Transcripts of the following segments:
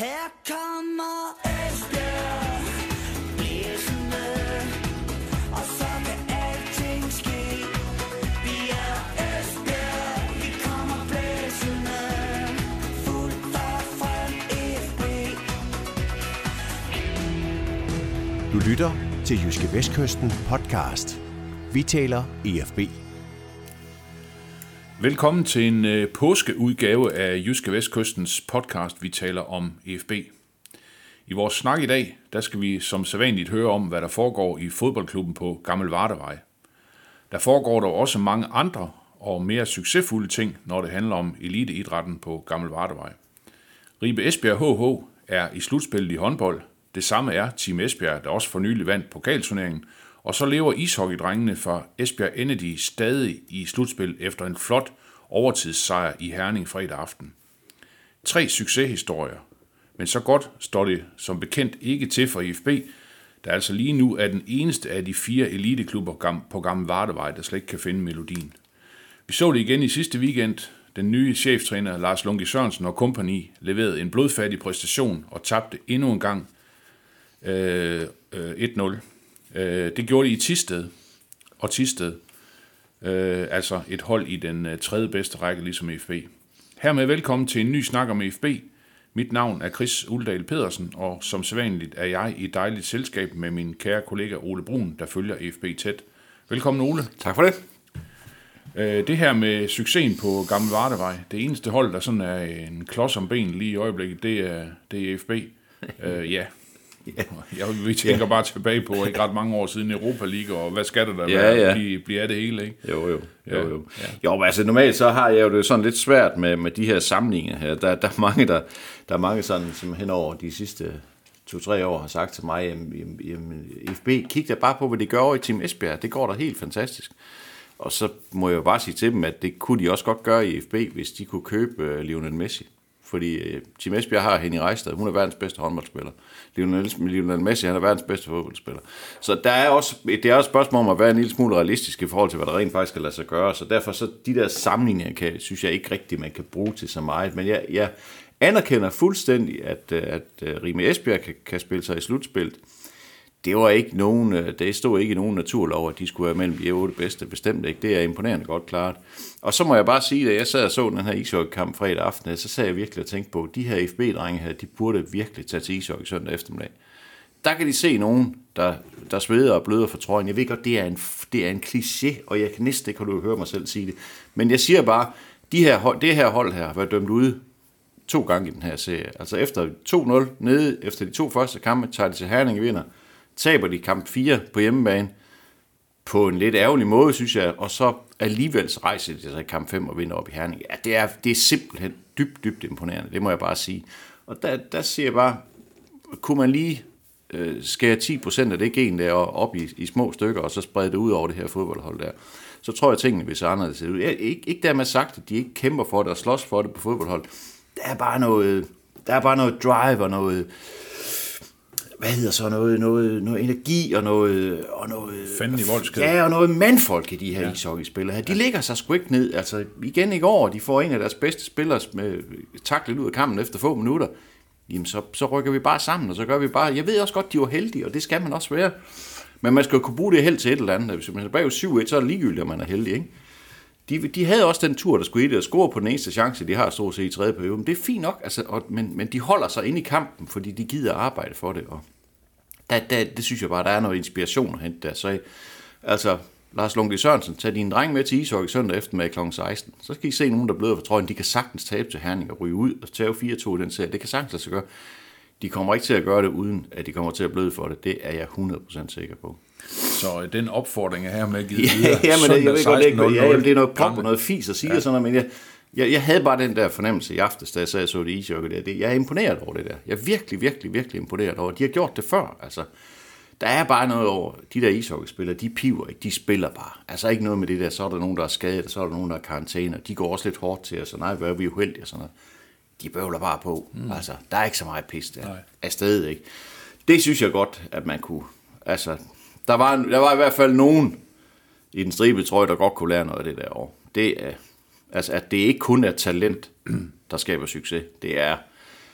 Her kommer Esbjerg blæsende, og så kan alting ske. Vi er Esbjerg, vi kommer blæsende, fuldt og frem FB. Du lytter til Jyske Vestkysten podcast. Vi taler EFB. Velkommen til en påskeudgave af Jyske Vestkystens podcast, vi taler om EFB. I vores snak i dag, der skal vi som sædvanligt høre om, hvad der foregår i fodboldklubben på Gammel Vardevej. Der foregår dog også mange andre og mere succesfulde ting, når det handler om eliteidrætten på Gammel Vardevej. Ribe Esbjerg HH er i slutspillet i håndbold. Det samme er Team Esbjerg, der også for nylig vandt pokalturneringen. Og så lever ishockeydrengene fra Esbjerg Energy stadig i slutspil efter en flot overtidssejr i Herning fredag aften. 3 succeshistorier, men så godt står det som bekendt ikke til for EFB, der altså lige nu er den eneste af de 4 eliteklubber på Gammel Vardevej, der slet ikke kan finde melodien. Vi så det igen i sidste weekend. Den nye cheftræner Lars Lunke Sørensen og kompagni leverede en blodfattig præstation og tabte endnu en gang 1-0. Det gjorde de i Thisted, altså et hold i den 3. bedste række, ligesom EFB. Hermed velkommen til en ny snak om EFB. Mit navn er Chris Uldal Pedersen, og som sædvanligt er jeg i dejligt selskab med min kære kollega Ole Brun, der følger EFB tæt. Velkommen, Ole. Tak for det. Det her med succesen på Gammel Vardevej, det eneste hold, der sådan er en klods om ben lige i øjeblikket, det er EFB. Ja. Vi tænker bare tilbage på ikke ret mange år siden Europa League, og hvad skal der være blive af det hele, ikke? Jo. Jo, altså normalt så har jeg jo det sådan lidt svært med de her sammenligninger her. Der er mange sådan, som henover de sidste 2-3 år har sagt til mig, jamen FB, kig da bare på, hvad de gør over i Team Esbjerg. Det går da helt fantastisk. Og så må jeg jo bare sige til dem, at det kunne de også godt gøre i FB, hvis de kunne købe Lionel Messi. Fordi Team Esbjerg har Henny Reistad, hun er verdens bedste håndboldspiller. Lionel Messi, han er verdens bedste fodboldspiller. Så det er også et spørgsmål om at være en lille smule realistisk i forhold til, hvad der rent faktisk skal lade sig gøre. Så derfor så de der sammenligninger, synes jeg ikke rigtigt, man kan bruge til så meget. Men jeg anerkender fuldstændig, at Ribe Esbjerg kan spille sig i slutspillet. Det stod ikke i nogen naturlov, at de skulle være mellem de 8 bedste, bestemt ikke. Det er imponerende godt klart. Og så må jeg bare sige, at jeg sad og så den her ishockeykamp fredag aften, så sad jeg virkelig og tænkte på, at de her FB-drenge her, de burde virkelig tage til ishockey søndag eftermiddag. Der kan de se nogen, der sveder og bløder for trøjen. Jeg ved godt, det er en kliché, og jeg kan næsten ikke høre mig selv sige det. Men jeg siger bare, det her hold her har været dømt ude 2 gange i den her serie. Altså efter 2-0 nede, efter de 2 første kampe, tager de til Herning og vinder. Taber de kamp 4 på hjemmebane på en lidt ærgerlig måde, synes jeg, og så alligevel rejser de sig i kamp 5 og vinder op i Herning. Ja, det er simpelthen dybt imponerende, det må jeg bare sige. Og der siger jeg bare, kunne man lige skære 10% af det gen der op i små stykker, og så sprede det ud over det her fodboldhold der, så tror jeg, tingene vil se anderledes ud. Ikke dermed sagt, at de ikke kæmper for det og slås for det på fodboldhold. Der er bare noget drive og noget... Hvad hedder så noget energi og noget fanden i voldskab. Ja, og noget mandfolk i de her ishockeyspillere her. De ligger sig sgu ikke ned. Altså igen i går, de får en af deres bedste spillere med taklet ud af kampen efter få minutter. Jamen så rykker vi bare sammen, og så gør vi bare. Jeg ved også godt, de var heldige, og det skal man også være. Men man skal jo kunne bruge det held til et eller andet. Hvis man er bag 7-1, så er det ligegyldigt, at man er heldig, ikke? De havde også den tur, der skulle i det, og score på den eneste chance, de har stort set i 3. periode. Men det er fint nok, altså, men de holder sig inde i kampen, fordi de gider arbejde for det. Og det synes jeg bare, der er noget inspiration at hente der. Så altså, Lars Lunke Sørensen, tag din dreng med til ishockey søndag eftermiddag kl. 16. Så skal I se nogen, der bløder for trøjen. De kan sagtens tabe til Herning og ryge ud og tage 4-2 i den serie. Det kan sagtens lade sig gøre. De kommer ikke til at gøre det, uden at de kommer til at bløde for det. Det er jeg 100% sikker på. Så den opfordring er her med givet videre. Det er noget pop og noget fis at sige og sådan noget, men jeg havde bare den der fornemmelse i aftes, da jeg så det ishockey der. Jeg er imponeret over det der. Jeg er virkelig imponeret over. De har gjort det før, altså. Der er bare noget over, de der ishockeyspillere, de piver ikke, de spiller bare. Altså ikke noget med det der, så er der nogen, der er skadet, og så er der nogen, der er karantæne, de går også lidt hårdt til os, og nej, hvor er vi uheldige og sådan noget. De bøvler bare på. Altså, der er ikke så meget pis der. Afsted, ikke? Det synes jeg godt, at man kunne, altså, der var i hvert fald nogen i den stribede trøje, der godt kunne lære noget af det der år. Det er, altså, at det ikke kun er talent, der skaber succes. Det er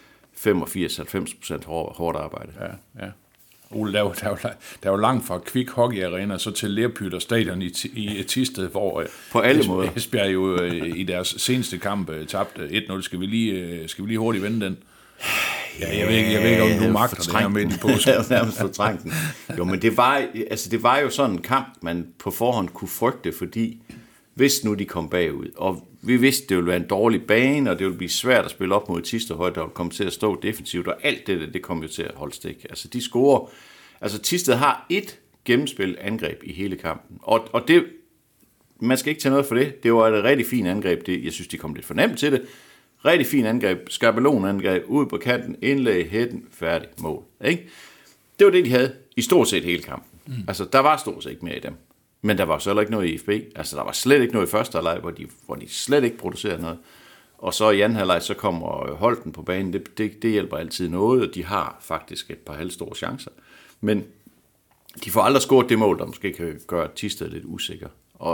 85-90% hårdt arbejde. Ja. Ole, der er jo langt fra Kvik Hockey Arena så til Lerpytter Stadion i Thisted, hvor på alle måder. Esbjerg jo i deres seneste kamp tabte 1-0. Skal vi lige hurtigt vende den? Ja, jeg ved ikke, om du magter det her med i påsken. Jeg nærmest fortrængt den. Jo, men det var jo sådan en kamp, man på forhånd kunne frygte, fordi hvis nu de kom bagud, og vi vidste, det ville være en dårlig bane, og det ville blive svært at spille op mod Thisted Højde, der ville komme til at stå defensivt, og alt det kom jo til at holde stik. Altså, de scorer. Altså, Thisted har et gennemspil angreb i hele kampen, og det, man skal ikke tage noget for det. Det var et rigtig fint angreb. Jeg synes, de kom lidt for nemt til det. Rigtig fint angreb, skabelonangreb, ud på kanten, indlæg, hætten, færdig, mål. Ikke? Det var det, de havde i stort set hele kampen. Altså, der var stort set ikke mere i dem. Men der var så heller ikke noget i IFB. Altså, der var slet ikke noget i første halvleg, hvor de slet ikke producerede noget. Og så i anden halvleg, så kommer Holten på banen. Det hjælper altid noget, og de har faktisk et par halvstore chancer. Men de får aldrig scoret det mål, der måske kan gøre Thisted lidt usikker.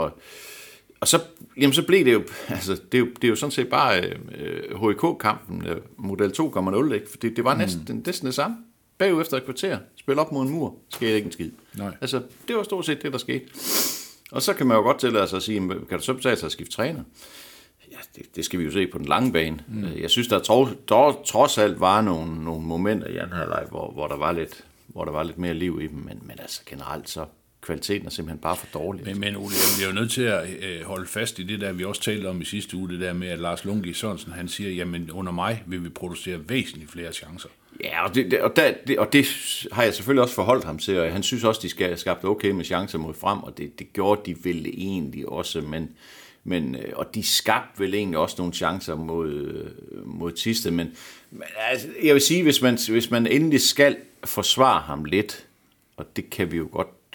Og så blev det jo, altså det er jo sådan set bare HIK-kampen, model 2,0, ikke? For det var næsten det samme. Bagud efter et kvarter, spil op mod en mur, skete ikke en skid. Nej. Altså, det var stort set det, der skete. Og så kan man jo godt tillade sig at sige, kan du så betale sig at skifte træner? Ja, det skal vi jo se på den lange bane. Jeg synes, der trods alt var nogle momenter i anden halvleg, hvor der var lidt mere liv i dem, men altså generelt så kvaliteten er simpelthen bare for dårlig. Men Ole, jeg bliver jo nødt til at holde fast i det der, vi også talte om i sidste uge, det der med, at Lars Lunke Sørensen, han siger, jamen under mig vil vi producere væsentligt flere chancer. Ja, og det har jeg selvfølgelig også forholdt ham til, og han synes også, de skal skabe okay med chancer mod frem, og det gjorde de vel egentlig også, men og de skabte vel egentlig også nogle chancer mod Thisted, men altså, jeg vil sige, hvis man endelig skal forsvare ham lidt, og det kan vi jo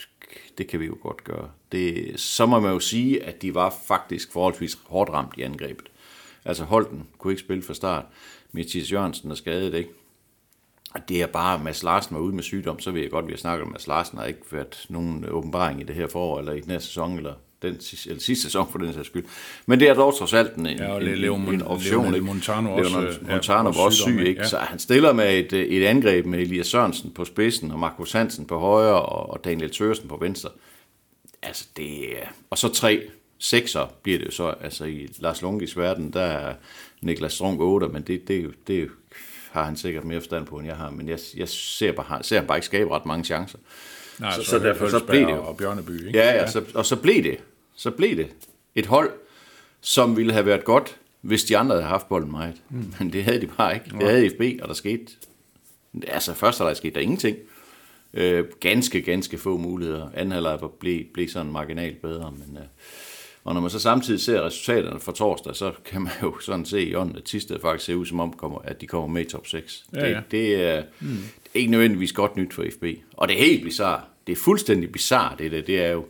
godt gøre. Så må man jo sige, at de var faktisk forholdsvis hårdt ramt i angrebet. Altså Holten kunne ikke spille fra start. Mathias Jørgensen er skadet, ikke? Og det er bare, Mads Larsen var ude med sygdom, så ved jeg godt, at vi har snakket om, at Mads Larsen har ikke været nogen åbenbaring i det her forår, eller i den her sæson, eller sidste sæson for den sags skyld. Men det er dog trods alt en option. Montano var også syg, ikke? Ja. Så han stiller med et angreb med Elias Sørensen på spidsen, og Markus Hansen på højre, og Daniel Thørsen på venstre. Altså og så 3 sekser bliver det jo så, altså i Lars Lunkes verden, der er Niklas Strunk 8, men det har han sikkert mere forstand på, end jeg har, men jeg ser bare ikke skabe ret mange chancer. Nej, så derfor så blev det jo. Og Bjørneby, ikke? Ja. Så blev det et hold, som ville have været godt, hvis de andre havde haft bolden meget. Men det havde de bare ikke. Det havde FB, og der skete, altså først halvleg skete der ingenting. Ganske få muligheder. Anden halvleg blev sådan marginalt bedre, men og når man så samtidig ser resultaterne fra torsdag, så kan man jo sådan se i ånden, at Thisted faktisk ser ud som om, at de kommer med i top 6. Ja. Det er ikke nødvendigvis godt nyt for FB. Og det er helt bizarrt. Det er fuldstændig bizarrt, det er jo,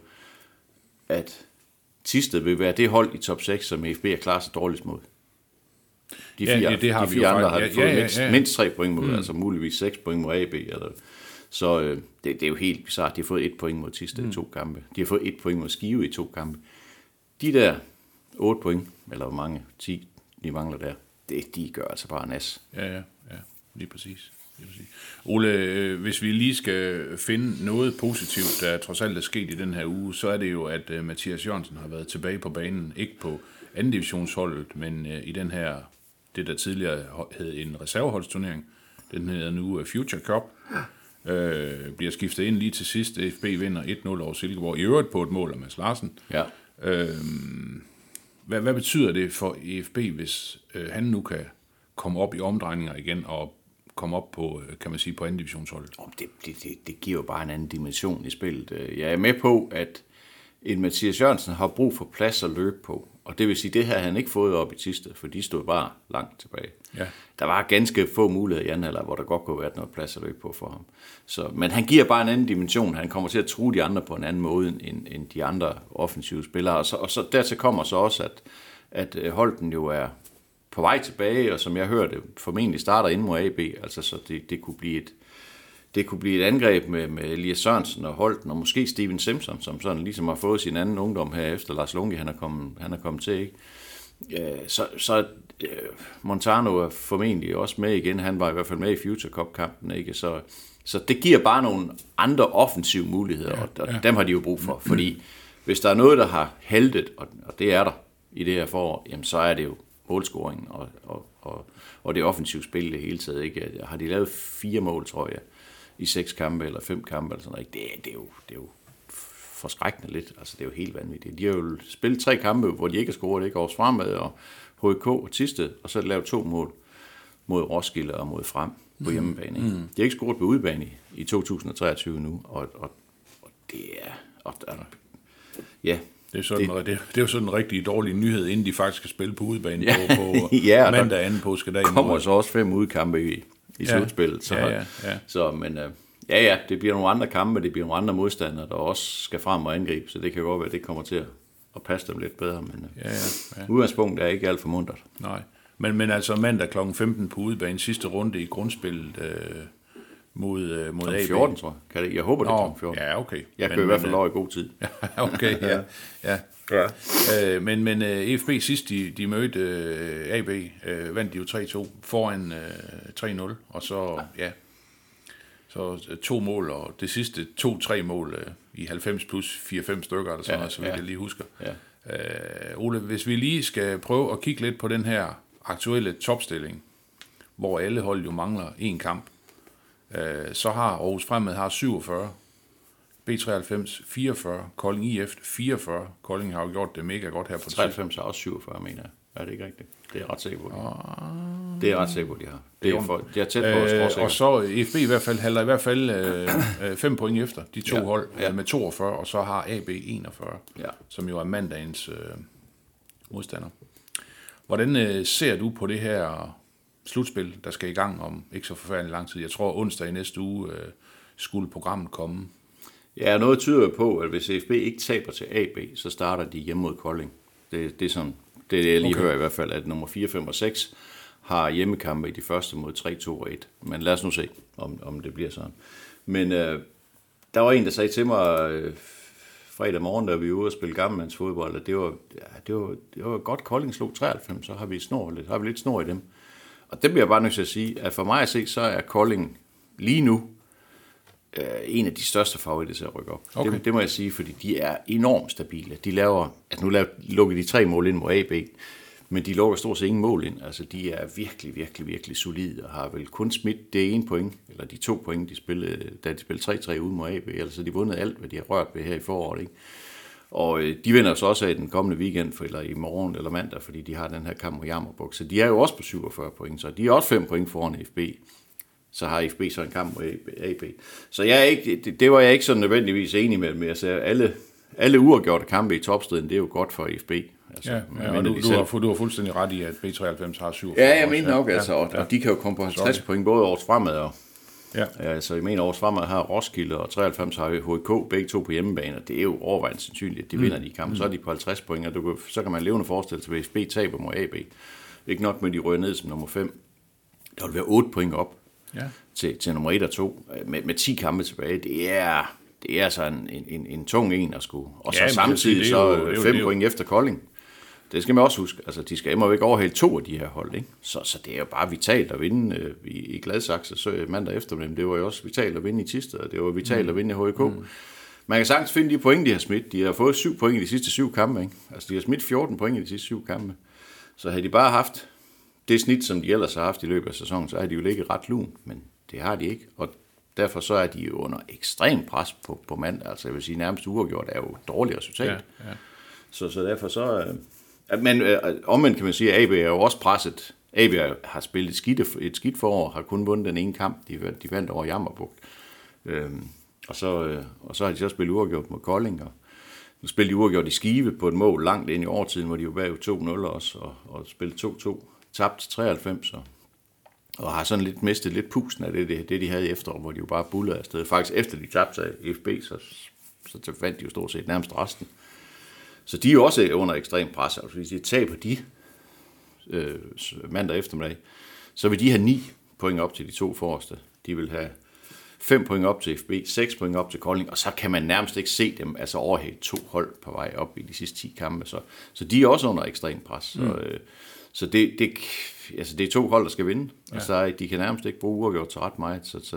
at Thisted vil være det hold i top 6, som FB er klar så dårligst mod. De fire andre har fået mindst 3 point mod, altså muligvis 6 point mod AB. Så det er jo helt bizarrt. De har fået 1 point mod Thisted i 2 kampe. De har fået 1 point mod Skive i 2 kampe. De der 8 point, eller hvor mange, 10, de mangler der, de gør altså bare nas. Ja, lige præcis. Ole, hvis vi lige skal finde noget positivt, der trods alt er sket i den her uge, så er det jo, at Mathias Jørgensen har været tilbage på banen, ikke på anden divisionsholdet, men i den her, det der tidligere hed en reserveholdsturnering, den hedder nu Future Cup, bliver skiftet ind lige til sidst. FB vinder 1-0 over Silkeborg, i øvrigt på et mål af Mads Larsen. Ja. Hvad betyder det for EFB, hvis han nu kan komme op i omdrejninger igen og komme op på, kan man sige, på anden divisionsholdet? Det giver jo bare en anden dimension i spillet. Jeg er med på, at en Mathias Jørgensen har brug for plads at løbe på, og det vil sige, det her han ikke fået op i Thisted, for de stod bare langt tilbage. Ja. Der var ganske få muligheder i anden halvleg, hvor der godt kunne være noget plads at løbe på for ham. Men han giver bare en anden dimension. Han kommer til at true de andre på en anden måde end de andre offensive spillere. Og så dertil kommer så også, at Holten jo er på vej tilbage, og som jeg hørte, formentlig starter ind mod AB. Altså, så det kunne blive et angreb med Elias Sørensen og Holten, og måske Steven Simpson, som sådan ligesom har fået sin anden ungdom her efter Lars Lunke, han er kommet til, ikke? Så Montano er formentlig også med igen. Han var i hvert fald med i Future Cup-kampen, ikke? Så det giver bare nogle andre offensive muligheder, og dem har de jo brug for. Fordi hvis der er noget, der har haltet, og det er der i det her forår, jamen så er det jo målscoringen og det offensive spil det hele taget. Ikke? Har de lavet 4 mål, tror jeg, i 6 kampe eller 5 kampe, eller sådan noget. Det er jo forskrækkende lidt. Altså, det er jo helt vanvittigt. De har jo spillet 3 kampe, hvor de ikke har scoret, ikke? Aarhus Fremad og HK og Thisted, og så lavet 2 mål mod Roskilde og mod Frem på hjemmebane. Ikke? De har ikke scoret på udebane i 2023 nu, og det er... ja, det er jo sådan en rigtig dårlig nyhed, inden de faktisk skal spille på udebane på mandag anden påskedag. Der kommer så også 5 udkampe i slutspillet. Så, men det bliver nogle andre kampe, det bliver nogle andre modstandere, der også skal frem og angribe, så det kan godt være, at det kommer til at passe dem lidt bedre. Men udgangspunktet er ikke alt for muntert. Nej, men altså mandag kl. 15 på udebane, sidste runde i grundspillet mod AB. 14, tror jeg. Jeg håber, det er kl. 14. Ja, okay. Jeg kører i hvert fald lov i god tid. Okay, ja. Men EFB sidst de mødte AB, vandt de jo 3-2 foran 3-0, og så så 2 mål, og det sidste 2-3 mål i 90 plus 4-5 stykker, eller sådan noget, så vidt jeg lige husker. Ole, hvis vi lige skal prøve at kigge lidt på den her aktuelle topstilling, hvor alle hold jo mangler 1 kamp, så har Aarhus Fremad 47, B93 44, Kolding IF 44. Kolding har jo gjort det mega godt her på 93 er også 47, mener jeg. Er det ikke rigtigt? Det er ret sikker på, det er ret sikker på, de har. Det er tæt på os. Og så EFB i hvert fald halder i hvert fald 5 point efter de 2 hold med 42, og så har AB 41, som jo er mandagens modstander. Hvordan ser du på det her slutspil, der skal i gang om ikke så forfærdelig lang tid? Jeg tror onsdag i næste uge skulle programmet komme. Ja, noget tyder på, at hvis EFB ikke taber til AB, så starter de hjemme mod Kolding. Det er sådan, det jeg lige hører i hvert fald, at nummer 4, 5 og 6 har hjemmekampe i de første mod 3, 2 og 1. Men lad os nu se, om det bliver sådan. Men der var en, der sagde til mig fredag morgen, da vi var ude og spille gammelmandsfodbold, at det var godt, Kolding slog 93, så har vi lidt snor i dem. Og det bliver jeg bare nødt til at sige, at for mig at se, så er Kolding lige nu en af de største favoritter til at rykke op. Okay. Det må jeg sige, fordi de er enormt stabile. De lukker de 3 mål ind mod AB, men de lukker stort set ingen mål ind. Altså, de er virkelig, virkelig, virkelig solide, og har vel kun smidt det 1 point, eller de 2 point, da de spillede 3-3 ude mod AB, ellers har de vundet alt, hvad de har rørt ved her i foråret, ikke? Og de vinder så også af den kommende weekend, eller i morgen eller mandag, fordi de har den her kamp mod Jammerbugt. Så de er jo også på 47 point, så de er også 5 point foran FB. Så har FB så en kamp mod AB. Så det var jeg ikke så nødvendigvis enig med. Altså, alle uafgjorte kampe i topstriden, det er jo godt for FB. Altså, og du har fuldstændig ret i, at B93 har 47. Ja, jeg mener nok, altså, og de kan jo komme på 50 point, både Aarhus Fremad og... Altså, jeg mener, Aarhus Fremad har Roskilde, og 93 har HK, begge 2 på hjemmebane, og det er jo overvejende sandsynligt, at de vinder de kampe. Så er de på 50 point, og så kan man levende forestille sig, at FB taber mod AB. Ikke nok med, at de ryger ned som nummer 5. Der vil være 8 point op til nummer 1 og 2, med 10 kampe tilbage. Det er altså en tung en at skulle. Og så samtidig så 5 point efter Kolding. Det skal man også huske. Altså, de skal imod ikke overhale 2 af de her hold, ikke? Så det er jo bare vitalt at vinde i Gladsaxe, så mandag eftermiddag. Det var jo også vitalt at vinde i Thisted, og det var vitalt at vinde i HK. Man kan sagtens finde de point, de har smidt. De har fået 7 point i de sidste 7 kampe, ikke? Altså, de har smidt 14 point i de sidste 7 kampe. Så havde de bare haft det snit, som de ellers har haft i løbet af sæsonen, så har de jo ligget ret lun, men det har de ikke. Og derfor så er de jo under ekstrem pres på mandag. Altså, jeg vil sige, nærmest uafgjort er jo et dårligt resultat. Ja. Så derfor så... Men omvendt kan man sige, at AB er jo også presset. AB har spillet et skidt forår, har kun vundet den ene kamp, de vandt over Jammerbugt. Og så har de så spillet uafgjort mod Kolding, og nu spillede de uafgjort i Skive på et mål langt ind i årtiden, hvor de jo bagud 2-0 også, og spillede 2-2, tabt til 93, og har sådan lidt mistet lidt pusten af det de havde i efterår, hvor de jo bare bullede afsted. Faktisk efter de tabte sig i FB, så fandt de jo stort set nærmest resten. Så de er jo også under ekstrem pres. Altså hvis de taber de mandag eftermiddag, så vil de have 9 point op til de 2 forreste. De vil have 5 point op til FB, 6 point op til Kolding, og så kan man nærmest ikke se dem altså overhælde 2 hold på vej op i de sidste 10 kampe. Så de er også under ekstrem pres. Så det er 2 hold, der skal vinde. Ja. Altså, de kan nærmest ikke bruge uafgjort til ret meget, så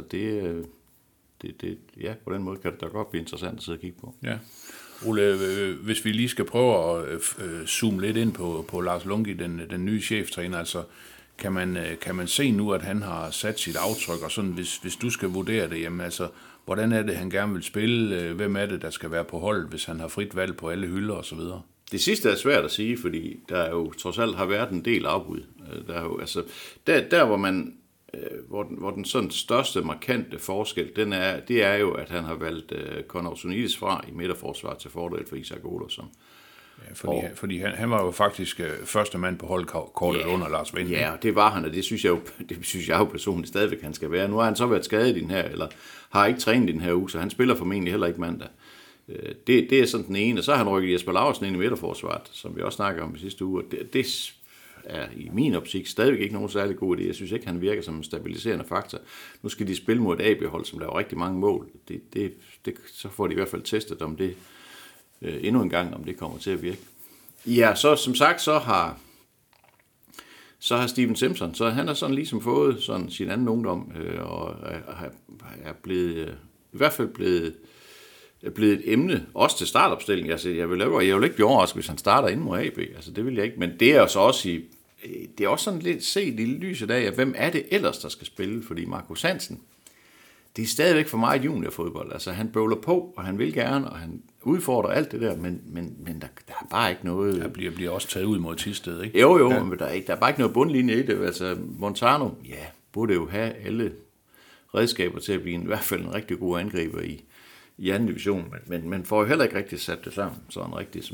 ja, på den måde kan det da godt blive interessant at sidde og kigge på. Ja. Ole, hvis vi lige skal prøve at zoome lidt ind på Lars Lungi, den nye cheftræner, altså kan man se nu, at han har sat sit aftryk, og sådan, hvis du skal vurdere det, jamen altså, hvordan er det, han gerne vil spille, hvem er det, der skal være på holdet, hvis han har frit valg på alle hylder og så videre? Det sidste er svært at sige, fordi der jo trods alt har været en del afbud. Der er jo, altså, der hvor man hvor den sådan største markante forskel, det er jo, at han har valgt Conor Sunidis fra i midterforsvar til fordel for Isak Olofsson. Ja, fordi han var jo faktisk første mand på holdkortet under Lars Vind. Ja, det var han, og det synes jeg jo personligt stadigvæk, han skal være. Nu har han så været skadet i den her, eller har ikke trænet i den her uge, så han spiller formentlig heller ikke mandag. Det er sådan den ene, og så har han rykket Jesper Lauritsen ind i midterforsvaret, som vi også snakker om i sidste uge, og det er i min optik stadigvæk ikke nogen særlig god idé. Jeg synes ikke, han virker som en stabiliserende faktor. Nu skal de spille mod et AB-hold, som laver rigtig mange mål. Så får de i hvert fald testet om det endnu en gang, om det kommer til at virke. Ja, så som sagt, så har Steven Simpson, så han har sådan ligesom fået sådan sin anden ungdom, og er blevet, i hvert fald blevet et emne, også til startopstilling. Altså, jeg vil ikke blive overrasket, hvis han starter inden mod AB. Altså, det vil jeg ikke, men det er jo så også det er også sådan lidt set i lyset af, at hvem er det ellers, der skal spille? Fordi Markus Hansen, det er stadigvæk for meget juniorfodbold. Altså, han bøvler på, og han vil gerne, og han udfordrer alt det der, men der er bare ikke noget. Der bliver også taget ud mod Thisted, ikke? Jo, ja. Men der er bare ikke noget bundlinje i det. Altså, Montano, burde jo have alle redskaber til at blive i hvert fald en rigtig god angriber i anden division, men man får jo heller ikke rigtig sat det sammen, sådan rigtigt.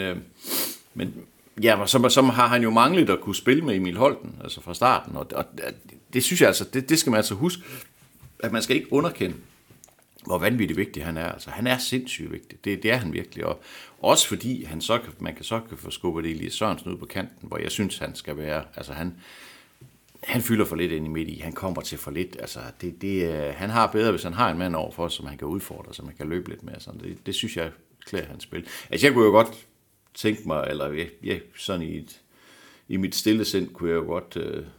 Så har han jo manglet at kunne spille med Emil Holten, altså fra starten, og det synes jeg altså, det skal man altså huske, at man skal ikke underkende, hvor vanvittigt vigtig han er. Altså, han er sindssygt vigtig, det er han virkelig, og også fordi man kan få skubbet Elias Sørensen ud på kanten, hvor jeg synes, han skal være, altså han fylder for lidt ind i midt i. Han kommer til for lidt. Altså, han har bedre, hvis han har en mand overfor, som han kan udfordre, som han kan løbe lidt med. Sådan. Det synes jeg klæder hans spil. Altså, jeg kunne jo godt tænke mig, eller sådan i mit stille sind, kunne jeg jo godt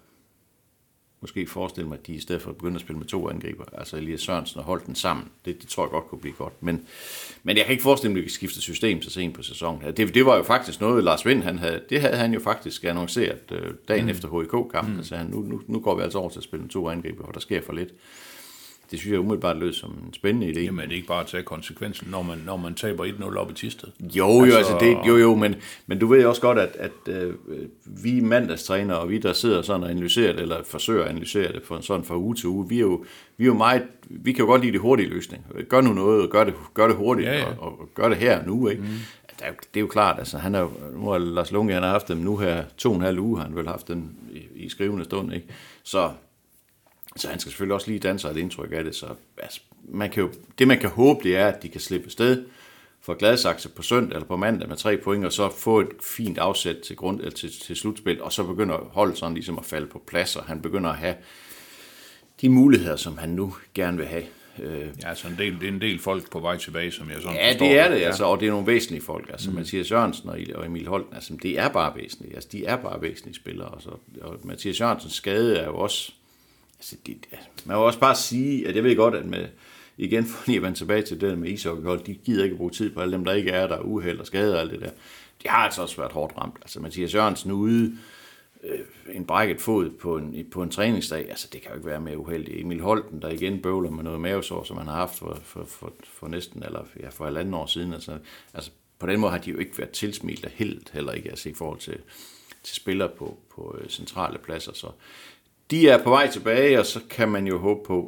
måske forestille mig, at de i stedet for at begynde at spille med 2 angriber, altså Elias Sørensen og Holten sammen, det tror jeg godt kunne blive godt. Men jeg kan ikke forestille mig, at vi kan skifte system så sent på sæsonen. Det var jo faktisk noget, Lars Vind, det havde han jo faktisk annonceret dagen efter HIK-kampen, altså nu går vi altså over til at spille med 2 angriber, og der sker for lidt. Det synes jeg umiddelbart lød som en spændende idé. Jamen, er det ikke bare at tage konsekvensen, når man taber 1-0 op i Thisted? Men du ved også godt, at vi mandagstrænere, og vi der sidder sådan og analyserer det, eller forsøger at analysere det fra uge til uge, vi kan jo godt lide det hurtige løsning. Gør nu noget, og gør det hurtigt, ja. Og gør det her nu, ikke? Det er jo klart, altså nu har Lars Lunge, han har haft dem nu her 2,5 uger, han vel haft dem i skrivende stund, ikke? Så han skal selvfølgelig også lige danne sig et indtryk af det. Så altså, man kan håbe, det er, at de kan slippe sted for Gladsaxe på søndag eller på mandag med 3 point, og så få et fint afsæt til slutspil, og så begynder holdet sådan ligesom at falde på plads, og han begynder at have de muligheder, som han nu gerne vil have. Ja, så det er en del folk på vej tilbage, som jeg sådan forstår. Ja, det er det, altså, og det er nogle væsentlige folk. Altså, Mathias Jørgensen og Emil Holten, altså, det er bare væsentlige. Altså, de er bare væsentlige spillere. Og Mathias Jørgensens skade er jo også... Altså, man må også bare sige, at jeg ved godt, at igen for lige at vende tilbage til det med ishockeyhold, de gider ikke bruge tid på alle dem, der ikke er der, uheld og skade og alt det der. De har altså også været hårdt ramt. Altså, Mathias Jørgensen ude... en brækket fod på en træningsdag, altså det kan jo ikke være mere uheldigt. Emil Holten, der igen bøvler med noget mavesår, som han har haft for næsten, eller for 1,5 år siden. Altså på den måde har de jo ikke været tilsmilt af helt, heller ikke, altså i forhold til spillere på centrale pladser. Så de er på vej tilbage, og så kan man jo håbe på,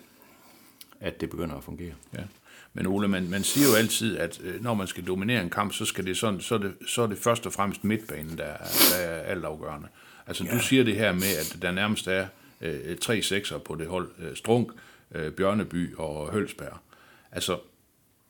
at det begynder at fungere. Ja. Men Ole, man siger jo altid, at når man skal dominere en kamp, så skal det så er det først og fremmest midtbanen, der er altafgørende. Altså du siger det her med, at der nærmest er 3 sekser på det hold. Strunk, Bjørneby og Hølsberg. Altså,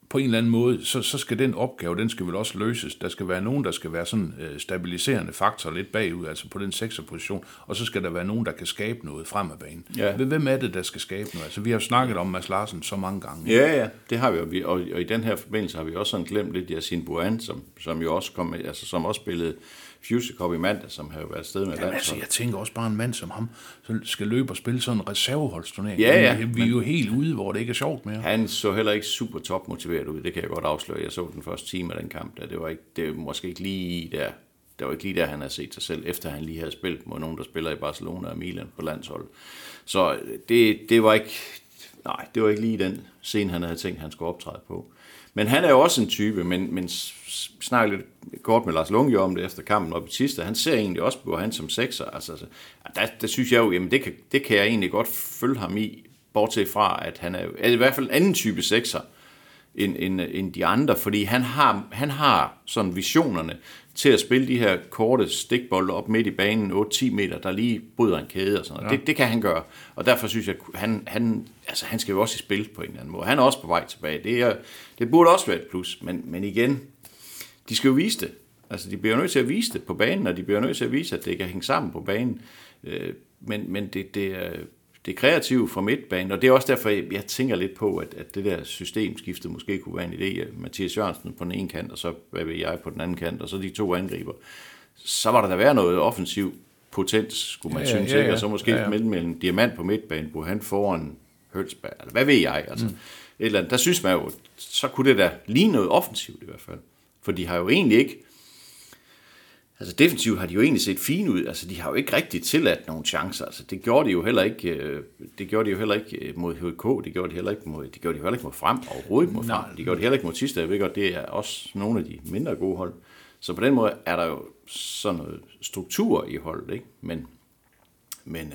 på en eller anden måde, så skal den opgave, den skal vel også løses. Der skal være nogen, der skal være sådan stabiliserende faktor lidt bagud, altså på den 6'er-position, og så skal der være nogen, der kan skabe noget frem ad banen. Ja. Hvem er det, der skal skabe noget? Altså, vi har jo snakket om Mads Larsen så mange gange. Ja, det har vi jo, og i den her forbindelse har vi også sådan glemt lidt Yassine Bouhan, som jo også kom, altså som også spillede Future Cup i mandag, som har jo været afsted med landshold. Altså, jeg tænker også bare en mand som ham, så skal løbe og spille sådan en reserveholdsturnering. Vi er jo helt ude, hvor det ikke er sjovt mere. Han så heller ikke super top motiveret ud, det kan jeg godt afsløre. Jeg så den første time af den kamp, det var måske ikke lige der. Det var ikke lige der, han havde set sig selv, efter han lige havde spillet mod nogen, der spiller i Barcelona og Milan på landshold. Så det var ikke lige den scene, han havde tænkt, han skulle optræde på. Men han er jo også en type, men snakker lidt kort med Lars Lunge om det efter kampen op i Thisted. Han ser egentlig også på han som sekser. Altså, der synes jeg jo, jamen det kan jeg egentlig godt følge ham i, bortset fra, at han er i hvert fald en anden type sekser end de andre, fordi han har sådan visionerne til at spille de her korte stikbolde op midt i banen, 8-10 meter, der lige bryder en kæde og sådan noget. Ja. Det kan han gøre, og derfor synes jeg, han skal jo også i spil på en eller anden måde. Han er også på vej tilbage. Det burde også være et plus, men igen, de skal jo vise det. Altså, de bliver jo nødt til at vise det på banen, og de bliver nødt til at vise, at det kan hænge sammen på banen. Men det er kreativt fra midtbanen, og det er også derfor, jeg tænker lidt på, at det der systemskifte måske kunne være en idé. Mathias Jørgensen på den ene kant, og så hvad ved jeg på den anden kant, og så de to angriber. Så var der være noget offensiv potens, skulle man synes, ikke? Og så måske mellem en diamant på midtbanen, hvor han foran Hølsberg, eller hvad ved jeg, altså. Et eller andet, der synes man jo, så kunne det da lige noget offensivt i hvert fald. For de har jo egentlig ikke, altså defensivt har de jo egentlig set fine ud. Altså de har jo ikke rigtig tilladt nogle chancer. Altså det gjorde de jo heller ikke. Mod HK. Det gjorde de heller ikke mod Frem overhovedet mod Frem. De gjorde det heller ikke mod Thisted. Jeg ved godt, det er også nogle af de mindre gode hold. Så på den måde er der jo sådan noget struktur i holdet, ikke? Men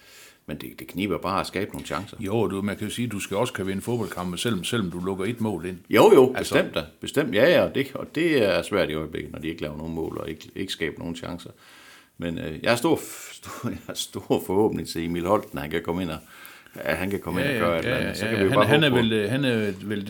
det kniber bare at skabe nogle chancer. Jo, man kan jo sige, at du skal også kan vinde fodboldkampe, selvom du lukker et mål ind. Jo, bestemt. Ja, og det er svært i øjeblikket, når de ikke laver nogen mål og ikke skaber nogen chancer. Men jeg har stor forhåbning til Emil Holt, når han kan komme ind og gøre et eller andet. Så kan vi jo bare han er vel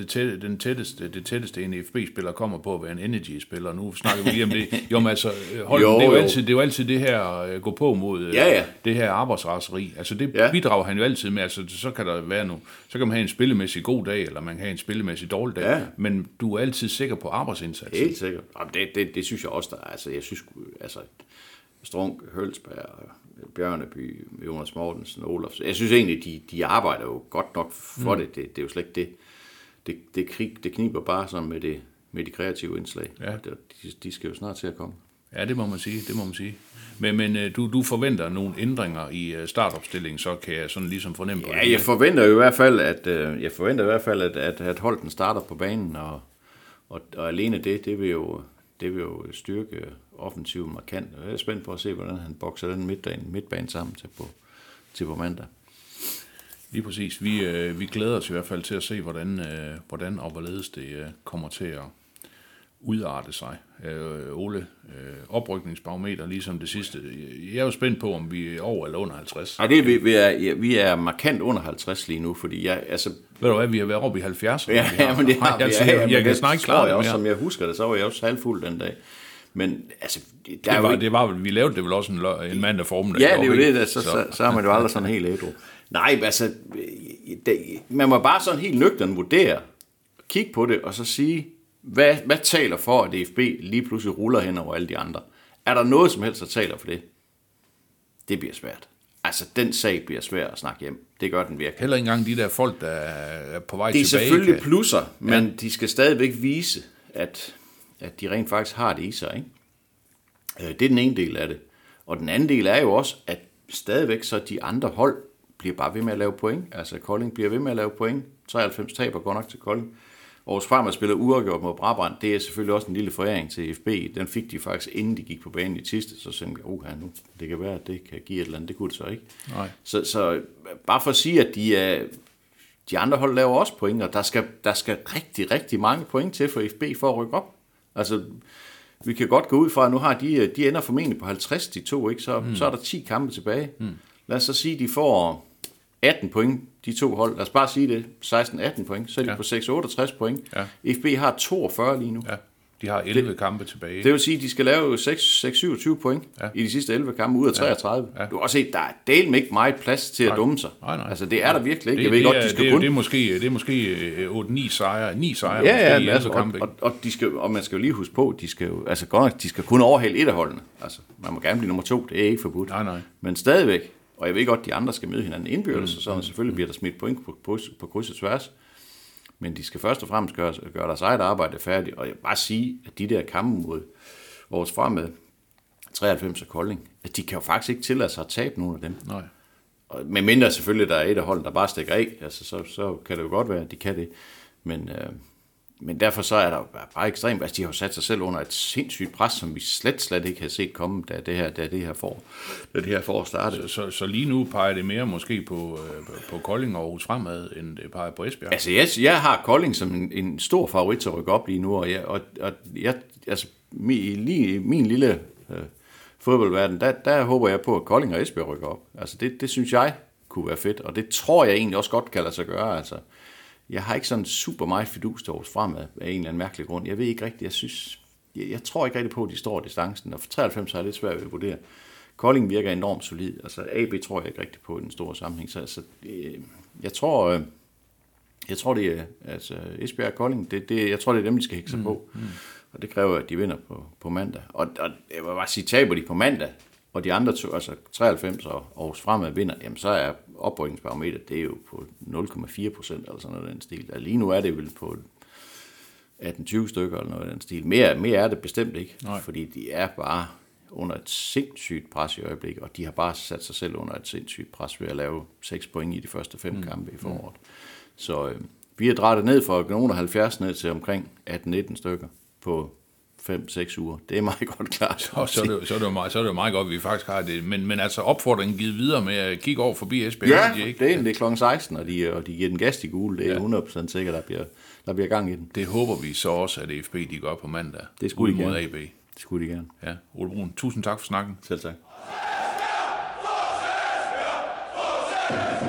det tætteste en FB-spiller kommer på at være en Energy-spiller. Nu snakker vi lige om det. Jo, men altså, det er jo altid det her gå på mod det her arbejdsraseri. Altså det bidrager han jo altid med. Altså så kan der være nu, så kan man have en spillemæssig god dag, eller man kan have en spillemæssig dårlig dag. Ja. Men du er altid sikker på arbejdsindsatsen. Helt sikkert. Det synes jeg også, der. Altså jeg synes, altså Strunk, Hølsberg, Bjørneby, Jonas Mortensen, Olaf. Jeg synes egentlig, de arbejder jo godt nok for det. Det er jo slet ikke det. Det kniber bare sådan med de kreative indslag. Ja. De skal jo snart til at komme. Ja, det må man sige. Men du forventer nogle ændringer i startopstillingen, så kan jeg sådan ligesom fornemme på det. Ja, jeg forventer i hvert fald, at Holten starter på banen, og alene det vil jo styrke offensiven markant. Jeg er spændt på at se, hvordan han bokser den midtbane sammen til på mandag. Lige præcis. Vi glæder os i hvert fald til at se, hvordan og hvorledes det kommer til at udarte sig. Ole, oprykningsbarometer, ligesom det sidste. Jeg er jo spændt på, om vi er over eller under 50. Nej, vi er markant under 50 lige nu, fordi ved du hvad, vi har været oppe i 70. Ja, men det har vi. Jeg kan snakke klart det mere. Som jeg husker det, så var jeg også halvfuld den dag. Men altså, vi lavede det vel også en mandag formiddag. Ja, det er jo det, så har man jo aldrig sådan helt ædru. Nej, altså, man må bare sådan helt nøgtern vurdere, kigge på det, og så sige, hvad taler for, at DFB lige pludselig ruller hen over alle de andre? Er der noget som helst, der taler for det? Det bliver svært. Altså, den sag bliver svær at snakke hjem. Det gør den virkelig. Heller ikke engang de der folk, der er på vej tilbage. Det er selvfølgelig plusser, men de skal stadigvæk vise, at de rent faktisk har det i sig, ikke? Det er den ene del af det. Og den anden del er jo også, at stadigvæk så de andre hold bliver bare ved med at lave point. Altså Kolding bliver ved med at lave point. 93 taber går nok til Kolding. Aarhus Fremad spiller uafgjort mod Brabrand. Det er selvfølgelig også en lille foræring til FB. Den fik de faktisk, inden de gik på banen i Thisted. Så tænkte jeg, nu, det kan være, at det kan give et eller andet. Det kunne det så ikke. Nej. Så bare for at sige, at de andre hold laver også point, og der skal rigtig, rigtig mange point til for FB for at rykke op. Altså, vi kan godt gå ud fra, at nu har de ender formentlig på 50, de to, ikke? Så er der 10 kampe tilbage. Lad os så sige, at de får 18 point de to hold, lad os bare sige det, 16-18 point, så er de på 6-68 point. Ja. FB har 42 lige nu. Ja. De har 11 kampe tilbage. Det vil sige, at de skal lave 6-27 point i de sidste 11 kampe ud af 33. Ja. Du har også set, der er delt ikke meget plads til at dumme sig. Nej. Altså, det er der virkelig ikke. Jeg ved godt, de skal kun... Det er måske 8-9 sejre. 9 sejre ja, måske i 11 kampe. Og man skal jo lige huske på, de skal kun overhale et af holdene. Altså, man må gerne blive nummer 2, det er ikke forbudt. Nej. Men stadigvæk, og jeg ved godt, de andre skal møde hinanden indbyrdes, så selvfølgelig bliver der smidt point på kryds og tværs. Men de skal først og fremmest gøre deres eget arbejde færdigt. Og jeg vil bare sige, at de der kampe mod vores Fremad, 93 og Kolding, at de kan jo faktisk ikke tillade sig at tabe nogle af dem. Nej. Og med mindre selvfølgelig, der er et af holdene, der bare stikker af, altså, så kan det jo godt være, at de kan det. Men derfor så er der jo bare ekstremt, altså de har jo sat sig selv under et sindssygt pres, som vi slet ikke har set komme, da det her får startet. Så lige nu peger det mere måske på Kolding og Aarhus Fremad, end det peger på Esbjerg? Altså jeg har Kolding som en stor favorit til at rykke op lige nu, og jeg altså min lille fodboldverden, der håber jeg på, at Kolding og Esbjerg rykker op. Altså det synes jeg kunne være fedt, og det tror jeg egentlig også godt kan lade sig gøre, altså. Jeg har ikke sådan super meget fidus til Aarhus Fremad af en eller anden mærkelig grund. Jeg ved ikke rigtigt, jeg tror ikke rigtigt på, at de står distancen, og for 93 har jeg lidt svært ved at vurdere. Kolding virker enormt solid, altså AB tror jeg ikke rigtigt på i den store sammenhæng, så altså, jeg tror det er, altså Esbjerg og Kolding, jeg tror det er dem, de skal hække sig på, og det kræver, at de vinder på mandag. Og jeg vil bare sige, taber de på mandag, og de andre to, altså 93 og Aarhus Fremad vinder, jamen så er oprykningsbarometer, det er jo på 0,4% eller sådan noget den stil. Altså lige nu er det vel på 18-20 stykker eller noget den stil. Mere er det bestemt ikke, fordi de er bare under et sindssygt pres i øjeblikket, og de har bare sat sig selv under et sindssygt pres ved at lave 6 point i de første 5 kampe i foråret. Så vi har drejet ned fra nogen 70 ned til omkring 18-19 stykker på 5-6 uger. Det er meget godt klart. Så er det jo meget godt, at vi faktisk har det. Men altså opfordringen givet videre med at kigge over forbi Esbjerg. Ja, det er kl. 16, og de giver den gas i gule. Det er 100% sikkert, der bliver gang i den. Det håber vi så også, at FB de gør på mandag. Det skulle de mod gerne. AB. Det skulle de gerne. Ja, Ole Brun, tusind tak for snakken. Selv tak.